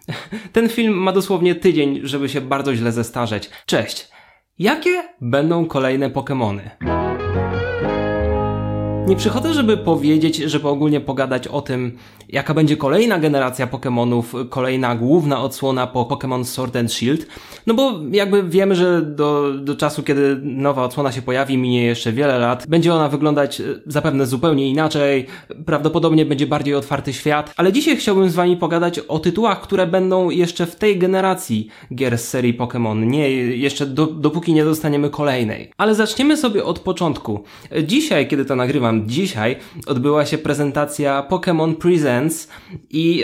Ten film ma dosłownie tydzień, żeby się bardzo źle zestarzeć. Cześć! Jakie będą kolejne Pokemony? Nie przychodzę, żeby powiedzieć, żeby ogólnie pogadać o tym, jaka będzie kolejna generacja Pokemonów, kolejna główna odsłona po Pokémon Sword and Shield, no bo jakby wiemy, że do czasu, kiedy nowa odsłona się pojawi, minie jeszcze wiele lat, będzie ona wyglądać zapewne zupełnie inaczej, prawdopodobnie będzie bardziej otwarty świat, ale dzisiaj chciałbym z wami pogadać o tytułach, które będą jeszcze w tej generacji gier z serii Pokémon, nie jeszcze dopóki nie dostaniemy kolejnej. Ale zaczniemy sobie od początku. Dzisiaj, kiedy to nagrywam, dzisiaj odbyła się prezentacja Pokémon Presents i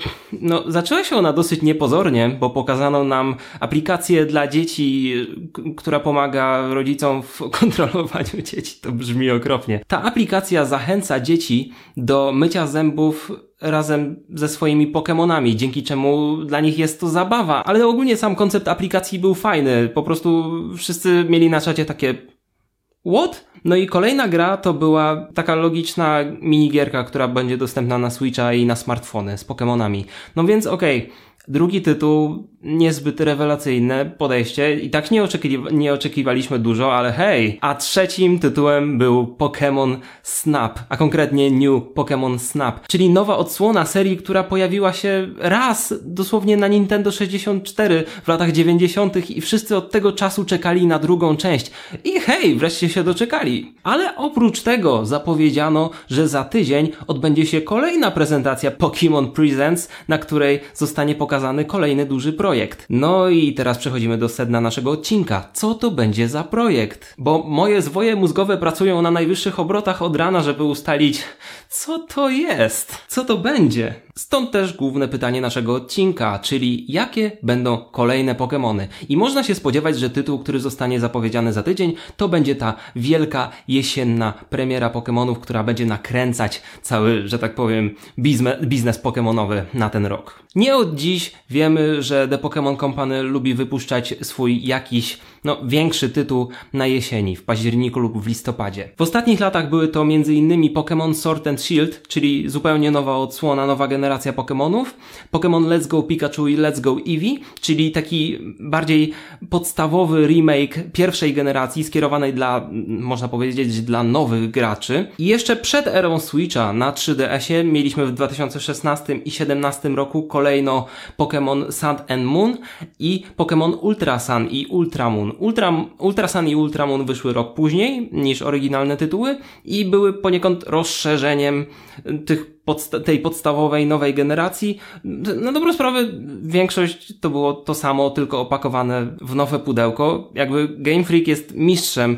zaczęła się ona dosyć niepozornie, bo pokazano nam aplikację dla dzieci, która pomaga rodzicom w kontrolowaniu dzieci. To brzmi okropnie. Ta aplikacja zachęca dzieci do mycia zębów razem ze swoimi Pokemonami, dzięki czemu dla nich jest to zabawa. Ale ogólnie sam koncept aplikacji był fajny. Po prostu wszyscy mieli na czacie takie what? No i kolejna gra to była taka logiczna minigierka, która będzie dostępna na Switcha i na smartfony z Pokemonami. No więc okej. Drugi tytuł, niezbyt rewelacyjne podejście i tak nie oczekiwaliśmy dużo, ale hej! A trzecim tytułem był Pokémon Snap, a konkretnie New Pokémon Snap, czyli nowa odsłona serii, która pojawiła się raz dosłownie na Nintendo 64 w latach 90. i wszyscy od tego czasu czekali na drugą część. I hej, wreszcie się doczekali. Ale oprócz tego zapowiedziano, że za tydzień odbędzie się kolejna prezentacja Pokémon Presents, na której zostanie pokazany kolejny duży projekt. No i teraz przechodzimy do sedna naszego odcinka. Co to będzie za projekt? Bo moje zwoje mózgowe pracują na najwyższych obrotach od rana, żeby ustalić, co to jest? Co to będzie? Stąd też główne pytanie naszego odcinka, czyli jakie będą kolejne Pokemony? I można się spodziewać, że tytuł, który zostanie zapowiedziany za tydzień, to będzie ta wielka jesienna premiera Pokemonów, która będzie nakręcać cały, że tak powiem, biznes pokemonowy na ten rok. Nie od dziś wiemy, że The Pokémon Company lubi wypuszczać swój jakiś, większy tytuł na jesieni, w październiku lub w listopadzie. W ostatnich latach były to m.in. Pokémon Sword and Shield, czyli zupełnie nowa odsłona, nowa generacja Pokémonów, Pokémon Let's Go Pikachu i Let's Go Eevee, czyli taki bardziej podstawowy remake pierwszej generacji, skierowanej można powiedzieć, dla nowych graczy. I jeszcze przed erą Switcha na 3DS-ie mieliśmy w 2016 i 2017 roku kolejno Pokémon Sun and Moon i Pokémon Ultra Sun i Ultra Moon. Ultra Sun i Ultra Moon wyszły rok później niż oryginalne tytuły i były poniekąd rozszerzeniem tej podstawowej nowej generacji. Na dobrą sprawę większość to było to samo, tylko opakowane w nowe pudełko. Jakby Game Freak jest mistrzem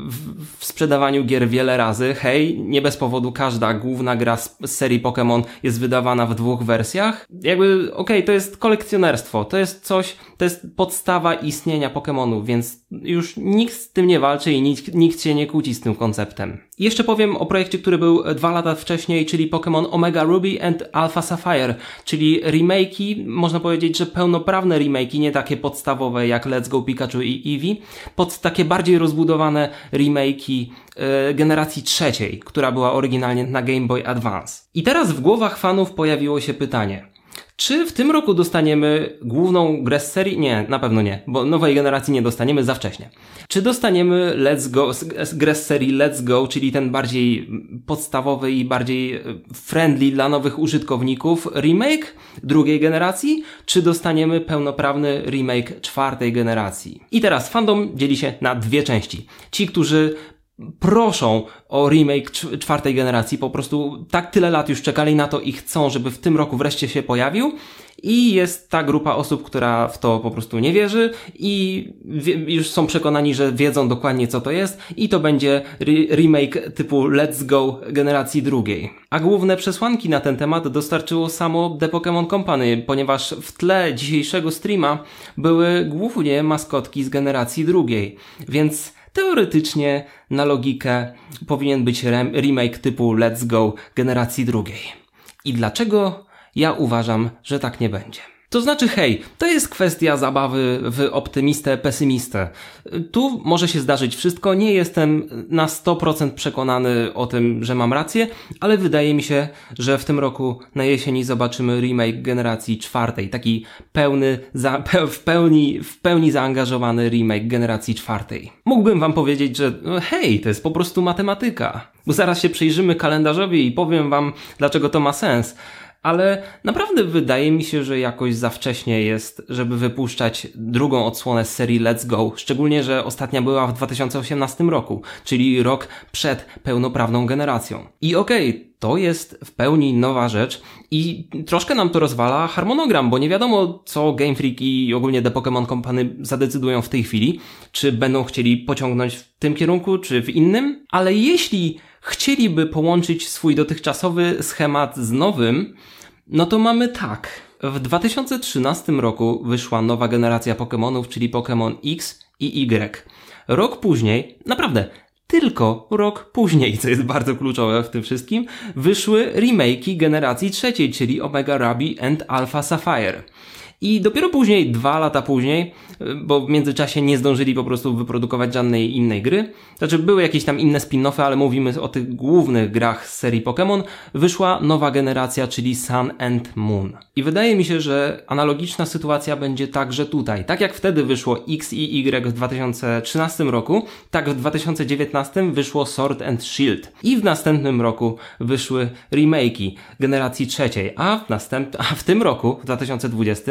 w sprzedawaniu gier wiele razy. Hej, nie bez powodu każda główna gra z serii Pokémon jest wydawana w 2 wersjach. Jakby, to jest kolekcjonerstwo. To jest podstawa istnienia Pokémonów, więc już nikt z tym nie walczy i nikt się nie kłóci z tym konceptem. I jeszcze powiem o projekcie, który był 2 lata wcześniej, czyli Pokémon Omega Ruby and Alpha Sapphire, czyli remake'i, można powiedzieć, że pełnoprawne remake'i, nie takie podstawowe jak Let's Go Pikachu i Eevee, pod takie bardziej rozbudowane remake'i generacji trzeciej, która była oryginalnie na Game Boy Advance. I teraz w głowach fanów pojawiło się pytanie: czy w tym roku dostaniemy główną grę z serii? Nie, na pewno nie, bo nowej generacji nie dostaniemy za wcześnie. Czy dostaniemy grę z serii Let's Go, czyli ten bardziej podstawowy i bardziej friendly dla nowych użytkowników remake drugiej generacji? Czy dostaniemy pełnoprawny remake 4. generacji? I teraz fandom dzieli się na 2 części. Ci, którzy proszą o remake 4. generacji, po prostu tyle lat już czekali na to i chcą, żeby w tym roku wreszcie się pojawił, i jest ta grupa osób, która w to po prostu nie wierzy i już są przekonani, że wiedzą dokładnie, co to jest, i to będzie remake typu Let's Go generacji drugiej. A główne przesłanki na ten temat dostarczyło samo The Pokémon Company, ponieważ w tle dzisiejszego streama były głównie maskotki z generacji drugiej, więc teoretycznie, na logikę, powinien być remake typu Let's Go generacji drugiej. I dlaczego ja uważam, że tak nie będzie? To znaczy, hej, to jest kwestia zabawy w optymistę, pesymistę. Tu może się zdarzyć wszystko, nie jestem na 100% przekonany o tym, że mam rację, ale wydaje mi się, że w tym roku na jesieni zobaczymy remake generacji 4, taki w pełni zaangażowany remake generacji 4. Mógłbym wam powiedzieć, że hej, to jest po prostu matematyka, bo zaraz się przyjrzymy kalendarzowi i powiem wam, dlaczego to ma sens. Ale naprawdę wydaje mi się, że jakoś za wcześnie jest, żeby wypuszczać drugą odsłonę z serii Let's Go, szczególnie, że ostatnia była w 2018 roku, czyli rok przed pełnoprawną generacją. I okej, to jest w pełni nowa rzecz i troszkę nam to rozwala harmonogram, bo nie wiadomo, co Game Freak i ogólnie The Pokémon Company zadecydują w tej chwili, czy będą chcieli pociągnąć w tym kierunku, czy w innym, ale jeśli chcieliby połączyć swój dotychczasowy schemat z nowym, no to mamy tak. W 2013 roku wyszła nowa generacja Pokémonów, czyli Pokémon X i Y. Rok później, naprawdę tylko rok później, co jest bardzo kluczowe w tym wszystkim, wyszły remake'i generacji trzeciej, czyli Omega Ruby and Alpha Sapphire. I dopiero później, 2 lata później, bo w międzyczasie nie zdążyli po prostu wyprodukować żadnej innej gry, znaczy były jakieś tam inne spin-offy, ale mówimy o tych głównych grach z serii Pokémon, wyszła nowa generacja, czyli Sun and Moon. I wydaje mi się, że analogiczna sytuacja będzie także tutaj. Tak jak wtedy wyszło X i Y w 2013 roku, tak w 2019 wyszło Sword and Shield. I w następnym roku wyszły remake'i generacji trzeciej, a w tym roku, w 2020,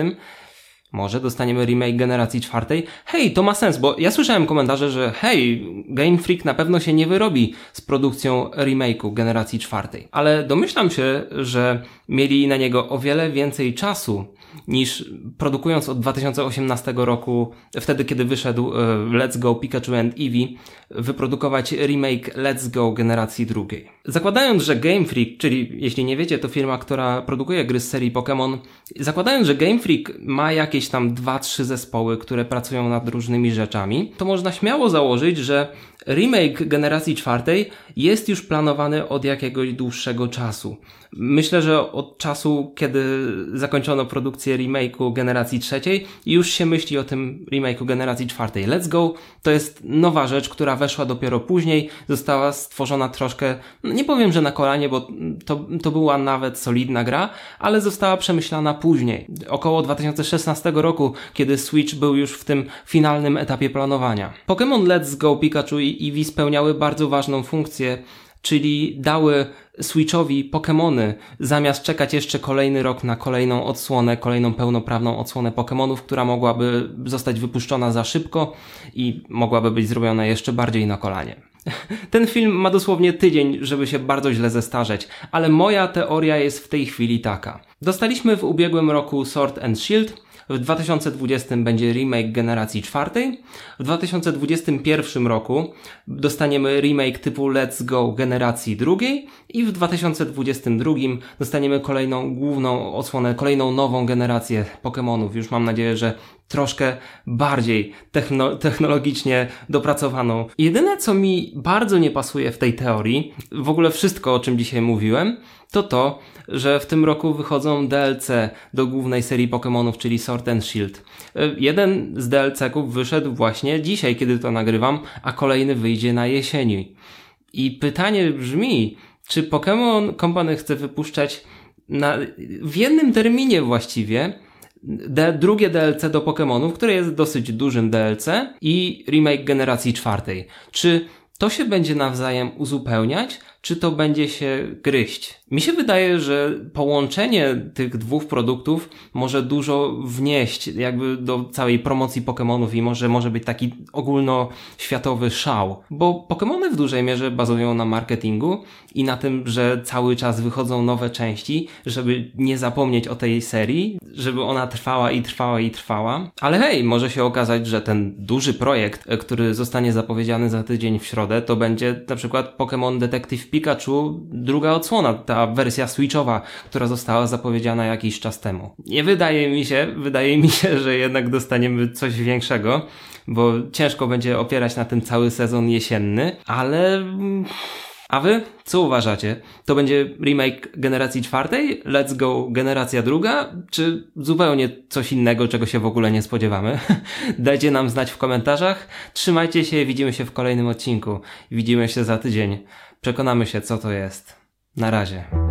może dostaniemy remake generacji czwartej. Hej, to ma sens, bo ja słyszałem komentarze, że hej, Game Freak na pewno się nie wyrobi z produkcją remake'u generacji czwartej. Ale domyślam się, że mieli na niego o wiele więcej czasu niż produkując od 2018 roku, wtedy kiedy wyszedł Let's Go Pikachu and Eevee, wyprodukować remake Let's Go generacji drugiej. Zakładając, że Game Freak, czyli jeśli nie wiecie, to firma, która produkuje gry z serii Pokémon, zakładając, że Game Freak ma jakieś tam 2-3 zespoły, które pracują nad różnymi rzeczami, to można śmiało założyć, że remake generacji czwartej jest już planowany od jakiegoś dłuższego czasu. Myślę, że od czasu, kiedy zakończono produkcję remake'u generacji trzeciej, już się myśli o tym remake'u generacji czwartej. Let's Go to jest nowa rzecz, która weszła dopiero później, została stworzona troszkę, nie powiem, że na kolanie, bo to była nawet solidna gra, ale została przemyślana później. Około 2016 roku, kiedy Switch był już w tym finalnym etapie planowania. Pokémon Let's Go Pikachu i Eevee spełniały bardzo ważną funkcję, czyli dały Switchowi Pokémony, zamiast czekać jeszcze kolejny rok na kolejną odsłonę, kolejną pełnoprawną odsłonę Pokémonów, która mogłaby zostać wypuszczona za szybko i mogłaby być zrobiona jeszcze bardziej na kolanie. Ten film ma dosłownie tydzień, żeby się bardzo źle zestarzeć, ale moja teoria jest w tej chwili taka. Dostaliśmy w ubiegłym roku Sword and Shield, w 2020 będzie remake generacji czwartej, w 2021 roku dostaniemy remake typu Let's Go generacji drugiej i w 2022 dostaniemy kolejną główną odsłonę, kolejną nową generację Pokémonów. Już mam nadzieję, że troszkę bardziej technologicznie dopracowaną. Jedyne, co mi bardzo nie pasuje w tej teorii, w ogóle wszystko, o czym dzisiaj mówiłem, to, że w tym roku wychodzą DLC do głównej serii Pokémonów, czyli Sword and Shield. Jeden z DLC-ków wyszedł właśnie dzisiaj, kiedy to nagrywam, a kolejny wyjdzie na jesieni. I pytanie brzmi, czy Pokémon Company chce wypuszczać w jednym terminie właściwie drugie DLC do Pokémonów, które jest dosyć dużym DLC i remake generacji czwartej. Czy to się będzie nawzajem uzupełniać, czy to będzie się gryźć? Mi się wydaje, że połączenie tych dwóch produktów może dużo wnieść jakby do całej promocji Pokemonów i może być taki ogólnoświatowy szał. Bo Pokemony w dużej mierze bazują na marketingu i na tym, że cały czas wychodzą nowe części, żeby nie zapomnieć o tej serii, żeby ona trwała i trwała i trwała. Ale hej, może się okazać, że ten duży projekt, który zostanie zapowiedziany za tydzień w środę, to będzie na przykład Pokémon Detective Pikachu, druga odsłona, ta wersja switchowa, która została zapowiedziana jakiś czas temu. Nie wydaje mi się, że jednak dostaniemy coś większego, A wy? Co uważacie? To będzie remake generacji czwartej? Let's go generacja druga? Czy zupełnie coś innego, czego się w ogóle nie spodziewamy? Dajcie nam znać w komentarzach. Trzymajcie się, widzimy się w kolejnym odcinku. Widzimy się za tydzień. Przekonamy się, co to jest. Na razie.